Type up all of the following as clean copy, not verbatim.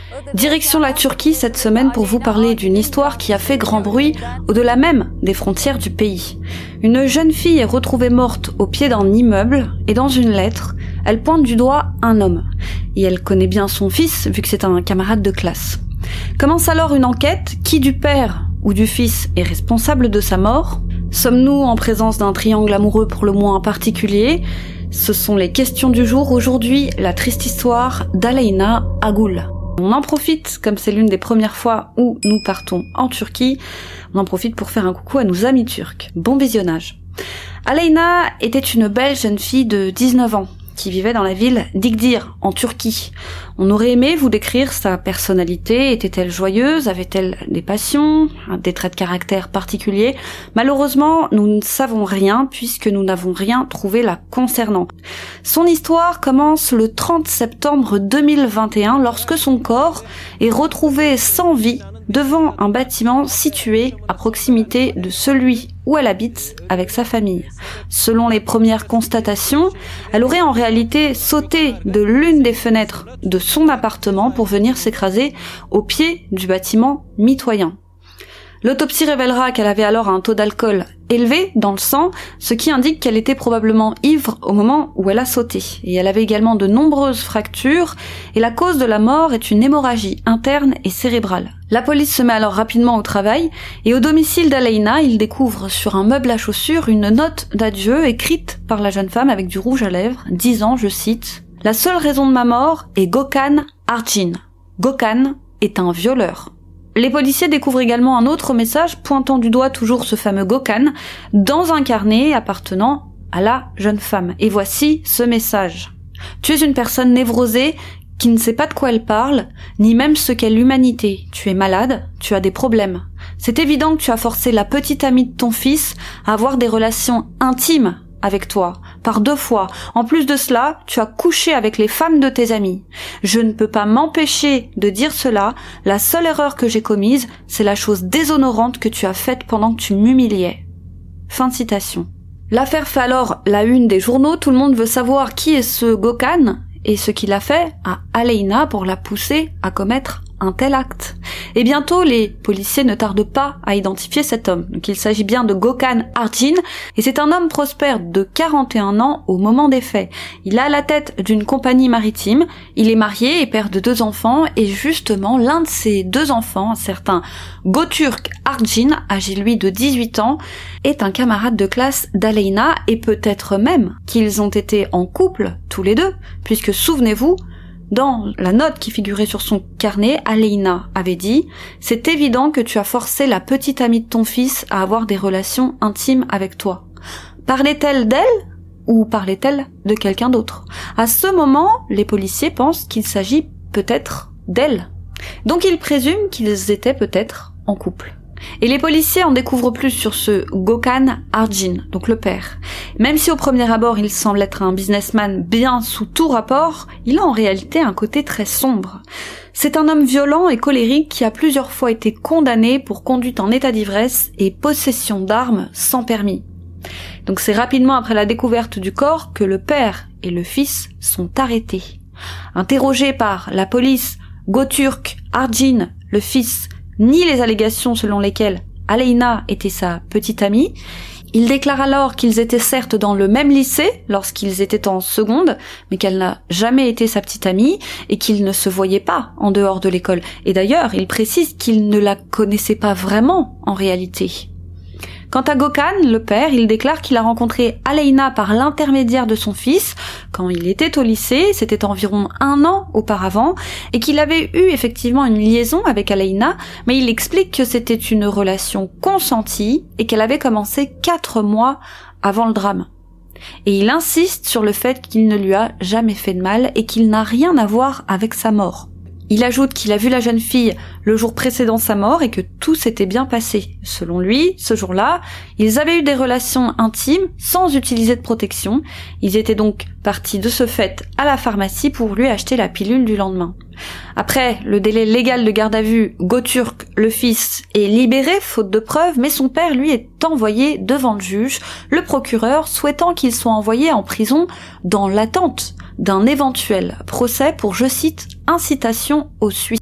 Direction la Turquie cette semaine pour vous parler d'une histoire qui a fait grand bruit au-delà même des frontières du pays. Une jeune fille est retrouvée morte au pied d'un immeuble et dans une lettre, elle pointe du doigt un homme. Et elle connaît bien son fils vu que c'est un camarade de classe. Commence alors une enquête. Qui du père ou du fils est responsable de sa mort? Sommes-nous en présence d'un triangle amoureux pour le moins particulier? Ce sont les questions du jour. Aujourd'hui, la triste histoire d'Aleyna Agul. On en profite, comme c'est l'une des premières fois où nous partons en Turquie, on en profite pour faire un coucou à nos amis turcs. Bon visionnage. Aleyna était une belle jeune fille de 19 ans qui vivait dans la ville d'Igdir, en Turquie. On aurait aimé vous décrire sa personnalité. Était-elle joyeuse? Avait-elle des passions? Des traits de caractère particuliers? Malheureusement, nous ne savons rien puisque nous n'avons rien trouvé la concernant. Son histoire commence le 30 septembre 2021 lorsque son corps est retrouvé sans vie devant un bâtiment situé à proximité de celui où elle habite avec sa famille. Selon les premières constatations, elle aurait en réalité sauté de l'une des fenêtres de son appartement pour venir s'écraser au pied du bâtiment mitoyen. L'autopsie révélera qu'elle avait alors un taux d'alcool élevé dans le sang, ce qui indique qu'elle était probablement ivre au moment où elle a sauté. Et elle avait également de nombreuses fractures, et la cause de la mort est une hémorragie interne et cérébrale. La police se met alors rapidement au travail, et au domicile d'Aleyna, il découvre sur un meuble à chaussures une note d'adieu écrite par la jeune femme avec du rouge à lèvres, disant, je cite, « La seule raison de ma mort est Gökhan Arjin. Gökhan est un violeur. » Les policiers découvrent également un autre message pointant du doigt toujours ce fameux Gökhan dans un carnet appartenant à la jeune femme. Et voici ce message. Tu es une personne névrosée qui ne sait pas de quoi elle parle, ni même ce qu'est l'humanité. Tu es malade, tu as des problèmes. C'est évident que tu as forcé la petite amie de ton fils à avoir des relations intimes avec toi, par 2 fois. En plus de cela, tu as couché avec les femmes de tes amis. Je ne peux pas m'empêcher de dire cela. La seule erreur que j'ai commise, c'est la chose déshonorante que tu as faite pendant que tu m'humiliais. Fin de citation. L'affaire fait alors la une des journaux. Tout le monde veut savoir qui est ce Gökhan et ce qu'il a fait à Aleyna pour la pousser à commettre un tel acte. Et bientôt, les policiers ne tardent pas à identifier cet homme. Donc il s'agit bien de Gökhan Arjin, et c'est un homme prospère de 41 ans au moment des faits. Il a la tête d'une compagnie maritime, il est marié et père de 2 enfants, et justement, l'un de ces 2 enfants, un certain Göturk Arjin, âgé lui de 18 ans, est un camarade de classe d'Aleyna, et peut-être même qu'ils ont été en couple, tous les deux, puisque souvenez-vous, dans la note qui figurait sur son carnet, Aleyna avait dit « C'est évident que tu as forcé la petite amie de ton fils à avoir des relations intimes avec toi. » Parlait-elle d'elle ou parlait-elle de quelqu'un d'autre? À ce moment, les policiers pensent qu'il s'agit peut-être d'elle. Donc ils présument qu'ils étaient peut-être en couple. Et les policiers en découvrent plus sur ce Gökhan Arjin, donc le père. Même si au premier abord il semble être un businessman bien sous tout rapport, il a en réalité un côté très sombre. C'est un homme violent et colérique qui a plusieurs fois été condamné pour conduite en état d'ivresse et possession d'armes sans permis. Donc c'est rapidement après la découverte du corps que le père et le fils sont arrêtés. Interrogé par la police, Göturk Arjin, le fils, nie les allégations selon lesquelles Aleyna était sa petite amie. Il déclare alors qu'ils étaient certes dans le même lycée lorsqu'ils étaient en seconde, mais qu'elle n'a jamais été sa petite amie et qu'ils ne se voyaient pas en dehors de l'école. Et d'ailleurs, il précise qu'il ne la connaissait pas vraiment en réalité. Quant à Gökhan, le père, il déclare qu'il a rencontré Aleyna par l'intermédiaire de son fils quand il était au lycée, c'était environ 1 an auparavant, et qu'il avait eu effectivement une liaison avec Aleyna, mais il explique que c'était une relation consentie et qu'elle avait commencé 4 mois avant le drame. Et il insiste sur le fait qu'il ne lui a jamais fait de mal et qu'il n'a rien à voir avec sa mort. Il ajoute qu'il a vu la jeune fille le jour précédant sa mort et que tout s'était bien passé. Selon lui, ce jour-là, ils avaient eu des relations intimes sans utiliser de protection. Ils étaient donc partis de ce fait à la pharmacie pour lui acheter la pilule du lendemain. Après le délai légal de garde à vue, Göturk, le fils, est libéré faute de preuves, mais son père, lui, est envoyé devant le juge, le procureur souhaitant qu'il soit envoyé en prison dans l'attente d'un éventuel procès pour, je cite, incitation au suicide.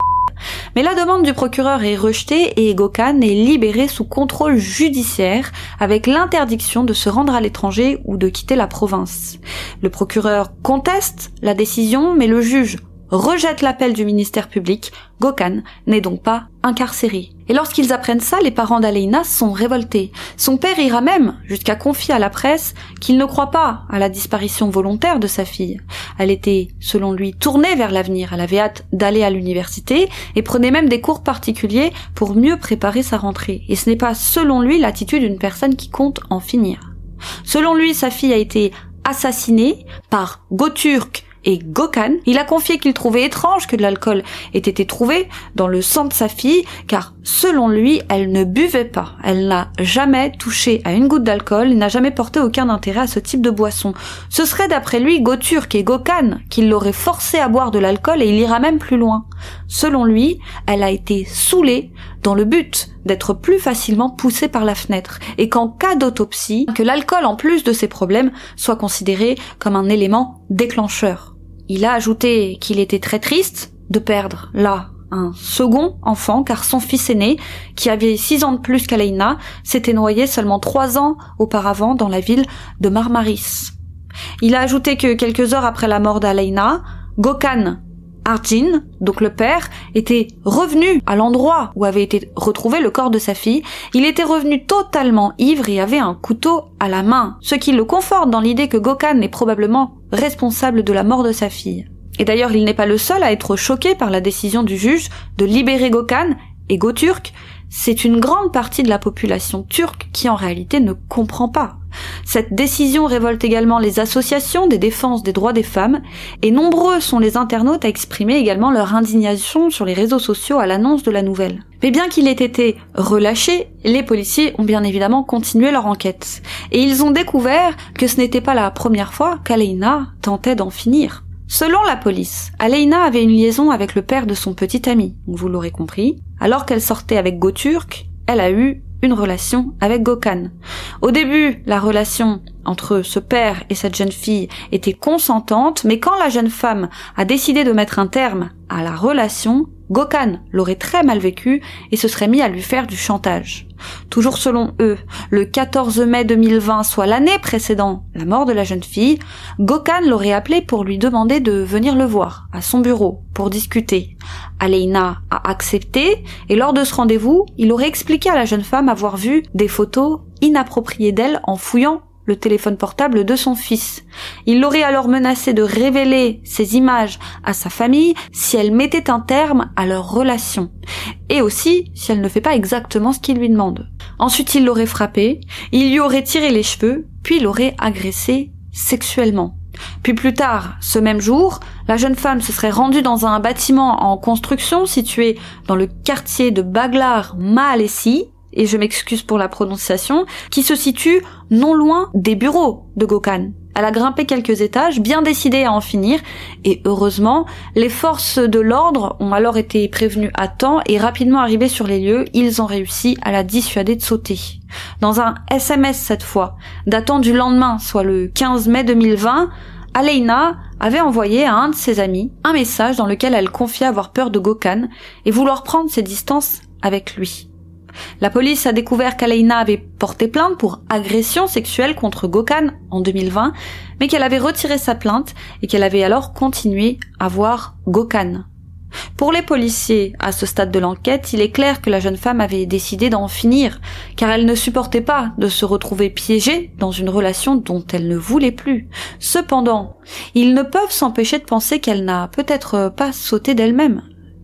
Mais la demande du procureur est rejetée et Gökhan est libéré sous contrôle judiciaire avec l'interdiction de se rendre à l'étranger ou de quitter la province. Le procureur conteste la décision, mais le juge rejette l'appel du ministère public. Gökhan n'est donc pas incarcéré. Et lorsqu'ils apprennent ça, les parents d'Aleyna sont révoltés. Son père ira même jusqu'à confier à la presse qu'il ne croit pas à la disparition volontaire de sa fille. Elle était, selon lui, tournée vers l'avenir. Elle avait hâte d'aller à l'université et prenait même des cours particuliers pour mieux préparer sa rentrée. Et ce n'est pas, selon lui, l'attitude d'une personne qui compte en finir. Selon lui, sa fille a été assassinée par Götürk et Gökhan. Il a confié qu'il trouvait étrange que de l'alcool ait été trouvé dans le sang de sa fille, car selon lui, elle ne buvait pas. Elle n'a jamais touché à une goutte d'alcool et n'a jamais porté aucun intérêt à ce type de boisson. Ce serait d'après lui Götürk et Gökhan qui l'auraient forcé à boire de l'alcool, et il ira même plus loin. Selon lui, elle a été saoulée dans le but d'être plus facilement poussée par la fenêtre, et qu'en cas d'autopsie, que l'alcool, en plus de ses problèmes, soit considéré comme un élément déclencheur. Il a ajouté qu'il était très triste de perdre, là, un second enfant, car son fils aîné, qui avait 6 ans de plus qu'Aleyna, s'était noyé seulement 3 ans auparavant dans la ville de Marmaris. Il a ajouté que quelques heures après la mort d'Aleyna, Gökhan Arjin, donc le père, était revenu à l'endroit où avait été retrouvé le corps de sa fille. Il était revenu totalement ivre et avait un couteau à la main, ce qui le conforte dans l'idée que Gökhan est probablement responsable de la mort de sa fille. Et d'ailleurs, il n'est pas le seul à être choqué par la décision du juge de libérer Gökhan et Götürk. C'est une grande partie de la population turque qui en réalité ne comprend pas. Cette décision révolte également les associations des défenses des droits des femmes, et nombreux sont les internautes à exprimer également leur indignation sur les réseaux sociaux à l'annonce de la nouvelle. Mais bien qu'il ait été relâché, les policiers ont bien évidemment continué leur enquête. Et ils ont découvert que ce n'était pas la première fois qu'Aleyna tentait d'en finir. Selon la police, Aleyna avait une liaison avec le père de son petit ami, vous l'aurez compris. Alors qu'elle sortait avec Götürk, elle a eu une relation avec Gökhan. Au début, la relation entre ce père et cette jeune fille était consentante, mais quand la jeune femme a décidé de mettre un terme à la relation, Gökhan l'aurait très mal vécu et se serait mis à lui faire du chantage. Toujours selon eux, le 14 mai 2020, soit l'année précédant la mort de la jeune fille, Gökhan l'aurait appelé pour lui demander de venir le voir à son bureau pour discuter. Aleyna a accepté et lors de ce rendez-vous, il aurait expliqué à la jeune femme avoir vu des photos inappropriées d'elle en fouillant le téléphone portable de son fils. Il l'aurait alors menacé de révéler ces images à sa famille si elle mettait un terme à leur relation, et aussi si elle ne fait pas exactement ce qu'il lui demande. Ensuite, il l'aurait frappé, il lui aurait tiré les cheveux, puis l'aurait agressé sexuellement. Puis plus tard, ce même jour, la jeune femme se serait rendue dans un bâtiment en construction situé dans le quartier de Baglar Mahallesi, et je m'excuse pour la prononciation, qui se situe non loin des bureaux de Gökhan. Elle a grimpé quelques étages, bien décidée à en finir, et heureusement, les forces de l'ordre ont alors été prévenues à temps et rapidement arrivées sur les lieux, ils ont réussi à la dissuader de sauter. Dans un SMS cette fois, datant du lendemain, soit le 15 mai 2020, Aleyna avait envoyé à un de ses amis un message dans lequel elle confiait avoir peur de Gökhan et vouloir prendre ses distances avec lui. La police a découvert qu'Aleyna avait porté plainte pour agression sexuelle contre Gökhan en 2020, mais qu'elle avait retiré sa plainte et qu'elle avait alors continué à voir Gökhan. Pour les policiers, à ce stade de l'enquête, il est clair que la jeune femme avait décidé d'en finir, car elle ne supportait pas de se retrouver piégée dans une relation dont elle ne voulait plus. Cependant, ils ne peuvent s'empêcher de penser qu'elle n'a peut-être pas sauté d'elle-même,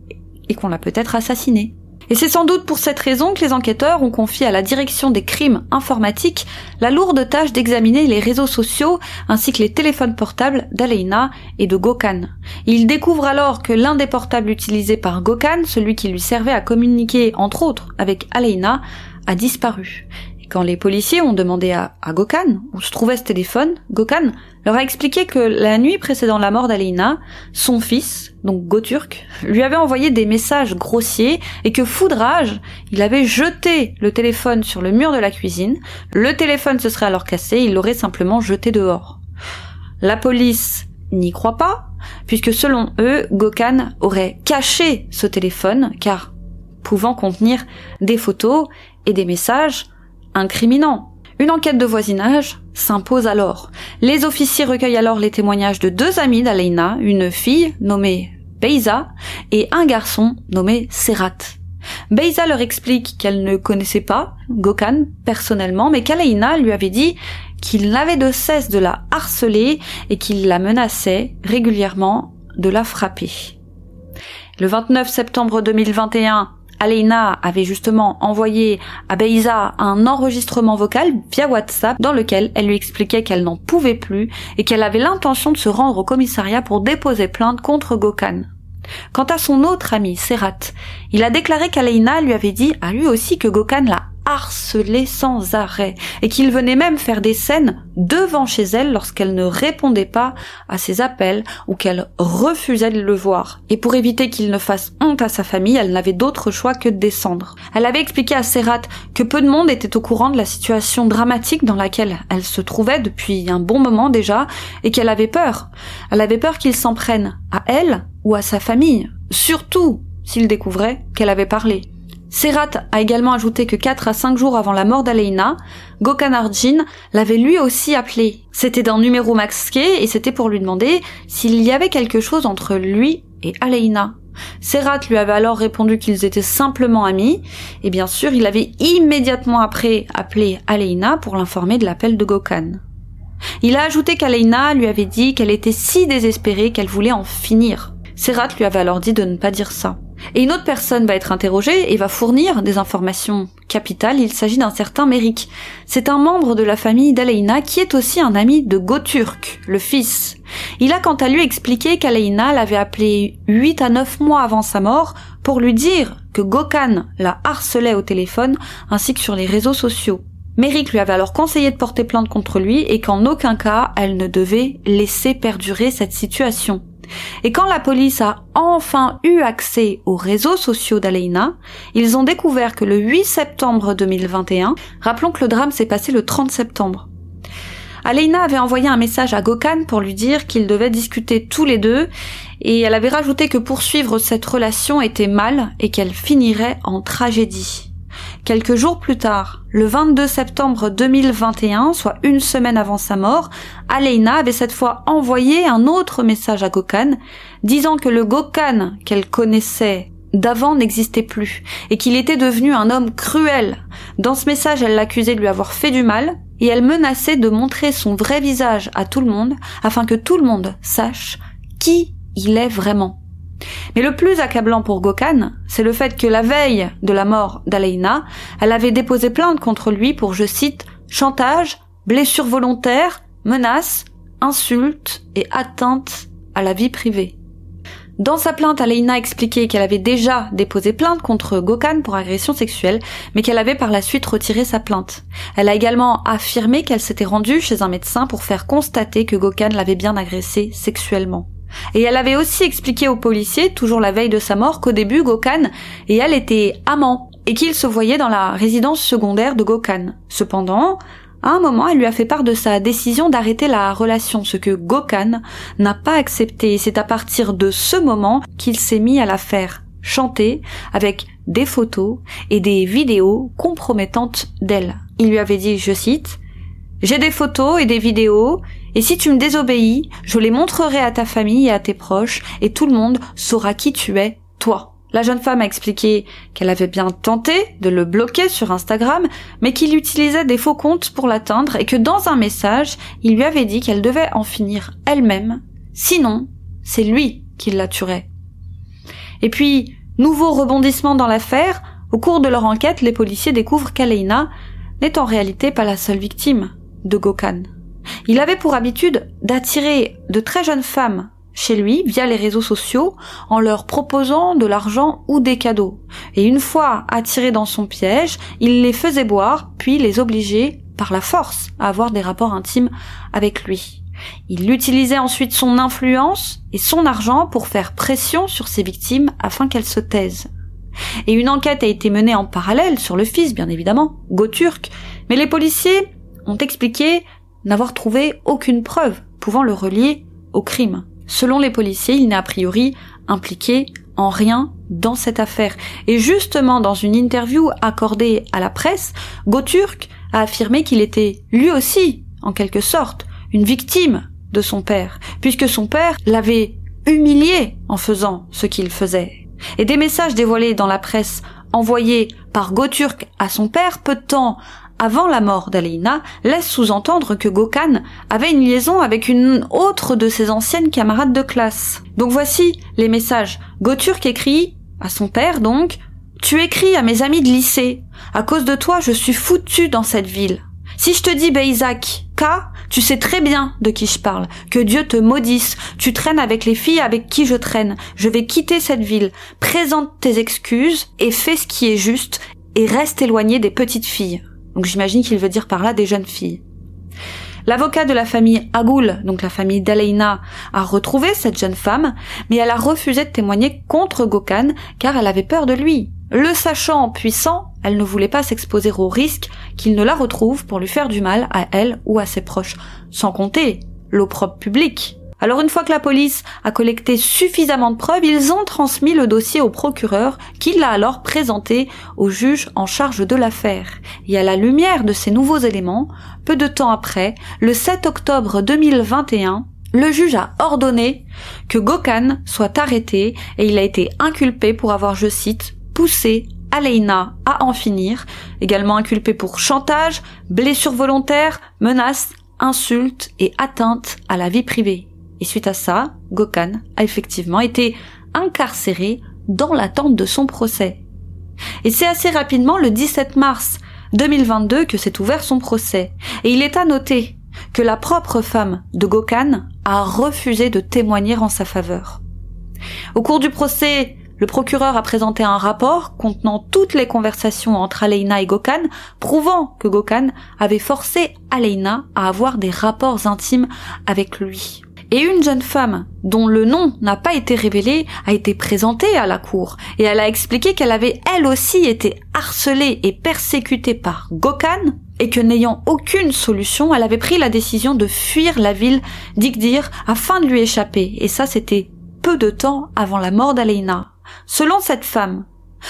et qu'on l'a peut-être assassinée. Et c'est sans doute pour cette raison que les enquêteurs ont confié à la direction des crimes informatiques la lourde tâche d'examiner les réseaux sociaux ainsi que les téléphones portables d'Aleyna et de Gökhan. Ils découvrent alors que l'un des portables utilisés par Gökhan, celui qui lui servait à communiquer entre autres avec Aleyna, a disparu. Quand les policiers ont demandé à Gökhan où se trouvait ce téléphone, Gökhan leur a expliqué que la nuit précédant la mort d'Aleyna, son fils, donc Götürk, lui avait envoyé des messages grossiers et que fou de rage, il avait jeté le téléphone sur le mur de la cuisine. Le téléphone se serait alors cassé, il l'aurait simplement jeté dehors. La police n'y croit pas, puisque selon eux, Gökhan aurait caché ce téléphone, car pouvant contenir des photos et des messages incriminants. Une enquête de voisinage s'impose alors. Les officiers recueillent alors les témoignages de 2 amis d'Aleina, une fille nommée Beyza et un garçon nommé Serhat. Beyza leur explique qu'elle ne connaissait pas Gökhan personnellement, mais qu'Aleina lui avait dit qu'il n'avait de cesse de la harceler et qu'il la menaçait régulièrement de la frapper. Le 29 septembre 2021, Aleina avait justement envoyé à Beyza un enregistrement vocal via WhatsApp dans lequel elle lui expliquait qu'elle n'en pouvait plus et qu'elle avait l'intention de se rendre au commissariat pour déposer plainte contre Gökhan. Quant à son autre ami, Serhat, il a déclaré qu'Aleina lui avait dit à lui aussi que Gökhan la harcelait sans arrêt et qu'il venait même faire des scènes devant chez elle lorsqu'elle ne répondait pas à ses appels ou qu'elle refusait de le voir. Et pour éviter qu'il ne fasse honte à sa famille, elle n'avait d'autre choix que de descendre. Elle avait expliqué à Serhat que peu de monde était au courant de la situation dramatique dans laquelle elle se trouvait depuis un bon moment déjà et qu'elle avait peur. Elle avait peur qu'il s'en prenne à elle ou à sa famille, surtout s'il découvrait qu'elle avait parlé. Serhat a également ajouté que 4 à 5 jours avant la mort d'Aleina, Gökhan Ardjin l'avait lui aussi appelé. C'était d'un numéro masqué et c'était pour lui demander s'il y avait quelque chose entre lui et Aleina. Serhat lui avait alors répondu qu'ils étaient simplement amis et bien sûr il avait immédiatement après appelé Aleina pour l'informer de l'appel de Gökhan. Il a ajouté qu'Aleina lui avait dit qu'elle était si désespérée qu'elle voulait en finir. Serhat lui avait alors dit de ne pas dire ça. Et une autre personne va être interrogée et va fournir des informations capitales. Il s'agit d'un certain Merik. C'est un membre de la famille d'Aleina qui est aussi un ami de Göturk, le fils. Il a quant à lui expliqué qu'Aleina l'avait appelé 8 à 9 mois avant sa mort pour lui dire que Gökhan la harcelait au téléphone ainsi que sur les réseaux sociaux. Merik lui avait alors conseillé de porter plainte contre lui et qu'en aucun cas elle ne devait laisser perdurer cette situation. Et quand la police a enfin eu accès aux réseaux sociaux d'Aleina, ils ont découvert que le 8 septembre 2021, rappelons que le drame s'est passé le 30 septembre, Aleina avait envoyé un message à Gökhan pour lui dire qu'ils devaient discuter tous les deux et elle avait rajouté que poursuivre cette relation était mal et qu'elle finirait en tragédie. Quelques jours plus tard, le 22 septembre 2021, soit une semaine avant sa mort, Aleina avait cette fois envoyé un autre message à Gökhan, disant que le Gökhan qu'elle connaissait d'avant n'existait plus, et qu'il était devenu un homme cruel. Dans ce message, elle l'accusait de lui avoir fait du mal, et elle menaçait de montrer son vrai visage à tout le monde, afin que tout le monde sache qui il est vraiment. Mais le plus accablant pour Gökhan, c'est le fait que la veille de la mort d'Aleina, elle avait déposé plainte contre lui pour, je cite, chantage, blessure volontaire, menaces, insultes et atteinte à la vie privée. Dans sa plainte, Aleina expliquait qu'elle avait déjà déposé plainte contre Gökhan pour agression sexuelle, mais qu'elle avait par la suite retiré sa plainte. Elle a également affirmé qu'elle s'était rendue chez un médecin pour faire constater que Gökhan l'avait bien agressée sexuellement. Et elle avait aussi expliqué aux policiers, toujours la veille de sa mort, qu'au début, Gökhan et elle étaient amants, et qu'ils se voyaient dans la résidence secondaire de Gökhan. Cependant, à un moment, elle lui a fait part de sa décision d'arrêter la relation, ce que Gökhan n'a pas accepté, et c'est à partir de ce moment qu'il s'est mis à la faire chanter avec des photos et des vidéos compromettantes d'elle. Il lui avait dit, je cite, « J'ai des photos et des vidéos, et si tu me désobéis, je les montrerai à ta famille et à tes proches, et tout le monde saura qui tu es, toi. » La jeune femme a expliqué qu'elle avait bien tenté de le bloquer sur Instagram, mais qu'il utilisait des faux comptes pour l'atteindre et que dans un message, il lui avait dit qu'elle devait en finir elle-même, sinon, c'est lui qui la tuerait. Et puis, nouveau rebondissement dans l'affaire, au cours de leur enquête, les policiers découvrent qu'Aleina n'est en réalité pas la seule victime de Gökhan. Il avait pour habitude d'attirer de très jeunes femmes chez lui via les réseaux sociaux en leur proposant de l'argent ou des cadeaux. Et une fois attirées dans son piège, il les faisait boire puis les obligeait par la force à avoir des rapports intimes avec lui. Il utilisait ensuite son influence et son argent pour faire pression sur ses victimes afin qu'elles se taisent. Et une enquête a été menée en parallèle sur le fils, bien évidemment, Göturk, mais les policiers ont expliqué n'avoir trouvé aucune preuve pouvant le relier au crime. Selon les policiers, il n'est a priori impliqué en rien dans cette affaire. Et justement, dans une interview accordée à la presse, Götürk a affirmé qu'il était lui aussi, en quelque sorte, une victime de son père, puisque son père l'avait humilié en faisant ce qu'il faisait. Et des messages dévoilés dans la presse envoyés par Götürk à son père peu de temps avant la mort d'Aleyna laissent sous-entendre que Gökhan avait une liaison avec une autre de ses anciennes camarades de classe. Donc voici les messages. Götürk écrit à son père donc « Tu écris à mes amis de lycée. À cause de toi, je suis foutu dans cette ville. Si je te dis Beyzak K, tu sais très bien de qui je parle. Que Dieu te maudisse. Tu traînes avec les filles avec qui je traîne. Je vais quitter cette ville. Présente tes excuses et fais ce qui est juste et reste éloigné des petites filles. » Donc j'imagine qu'il veut dire par là des jeunes filles. L'avocat de la famille Agul, donc la famille d'Aleyna, a retrouvé cette jeune femme, mais elle a refusé de témoigner contre Gökhan car elle avait peur de lui. Le sachant puissant, elle ne voulait pas s'exposer au risque qu'il ne la retrouve pour lui faire du mal à elle ou à ses proches, sans compter l'opprobre public. Alors une fois que la police a collecté suffisamment de preuves, ils ont transmis le dossier au procureur qui l'a alors présenté au juge en charge de l'affaire. Et à la lumière de ces nouveaux éléments, peu de temps après, le 7 octobre 2021, le juge a ordonné que Gökhan soit arrêté et il a été inculpé pour avoir, je cite, poussé Aleyna à en finir, également inculpé pour chantage, blessure volontaire, menaces, insultes et atteinte à la vie privée. Et suite à ça, Gökhan a effectivement été incarcéré dans l'attente de son procès. Et c'est assez rapidement, le 17 mars 2022, que s'est ouvert son procès. Et il est à noter que la propre femme de Gökhan a refusé de témoigner en sa faveur. Au cours du procès, le procureur a présenté un rapport contenant toutes les conversations entre Aleyna et Gökhan, prouvant que Gökhan avait forcé Aleyna à avoir des rapports intimes avec lui. Et une jeune femme, dont le nom n'a pas été révélé, a été présentée à la cour, et elle a expliqué qu'elle avait elle aussi été harcelée et persécutée par Gökhan, et que n'ayant aucune solution, elle avait pris la décision de fuir la ville d'Igdir afin de lui échapper, et ça c'était peu de temps avant la mort d'Aleyna. Selon cette femme,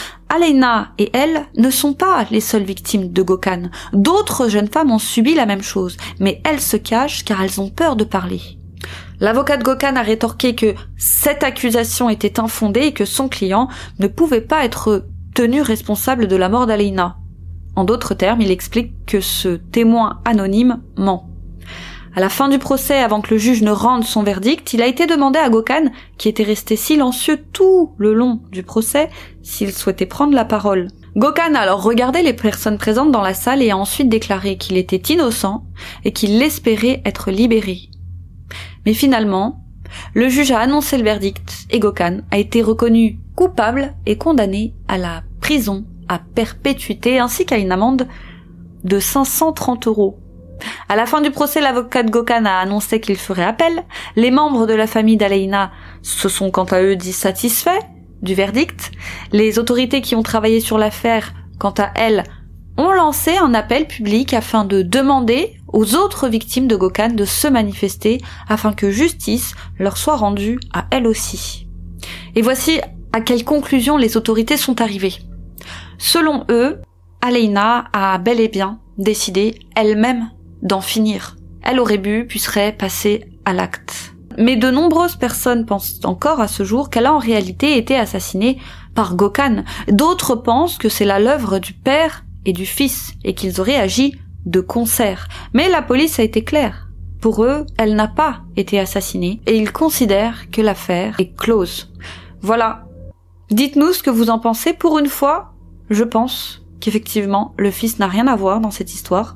Aleyna et elle ne sont pas les seules victimes de Gökhan. D'autres jeunes femmes ont subi la même chose, mais elles se cachent car elles ont peur de parler. L'avocat de Gökhan a rétorqué que cette accusation était infondée et que son client ne pouvait pas être tenu responsable de la mort d'Aleyna. En d'autres termes, il explique que ce témoin anonyme ment. À la fin du procès, avant que le juge ne rende son verdict, il a été demandé à Gökhan, qui était resté silencieux tout le long du procès, s'il souhaitait prendre la parole. Gökhan a alors regardé les personnes présentes dans la salle et a ensuite déclaré qu'il était innocent et qu'il espérait être libéré. Mais finalement, le juge a annoncé le verdict et Gökhan a été reconnu coupable et condamné à la prison à perpétuité ainsi qu'à une amende de 530 €. À la fin du procès, l'avocat de Gökhan a annoncé qu'il ferait appel. Les membres de la famille d'Aleyna se sont quant à eux dit satisfaits du verdict. Les autorités qui ont travaillé sur l'affaire, quant à elles, ont lancé un appel public afin de demander aux autres victimes de Gökhan de se manifester afin que justice leur soit rendue à elles aussi. Et voici à quelle conclusion les autorités sont arrivées. Selon eux, Aleyna a bel et bien décidé elle-même d'en finir. Elle aurait bu puis serait passée à l'acte. Mais de nombreuses personnes pensent encore à ce jour qu'elle a en réalité été assassinée par Gökhan. D'autres pensent que c'est l'œuvre du père et du fils et qu'ils auraient agi de concert. Mais la police a été claire. Pour eux, elle n'a pas été assassinée et ils considèrent que l'affaire est close. Voilà. Dites-nous ce que vous en pensez. Pour une fois, je pense qu'effectivement, le fils n'a rien à voir dans cette histoire.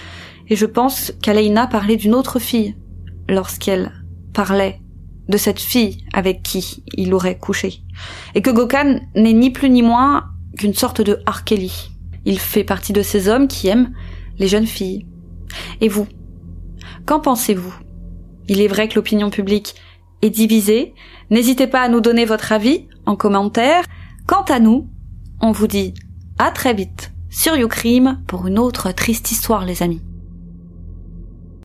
Et je pense qu'Aleyna parlait d'une autre fille lorsqu'elle parlait de cette fille avec qui il aurait couché. Et que Gökhan n'est ni plus ni moins qu'une sorte de R. Kelly. Il fait partie de ces hommes qui aiment les jeunes filles. Et vous, qu'en pensez-vous? Il est vrai que l'opinion publique est divisée. N'hésitez pas à nous donner votre avis en commentaire. Quant à nous, on vous dit à très vite sur YouCrime pour une autre triste histoire, les amis.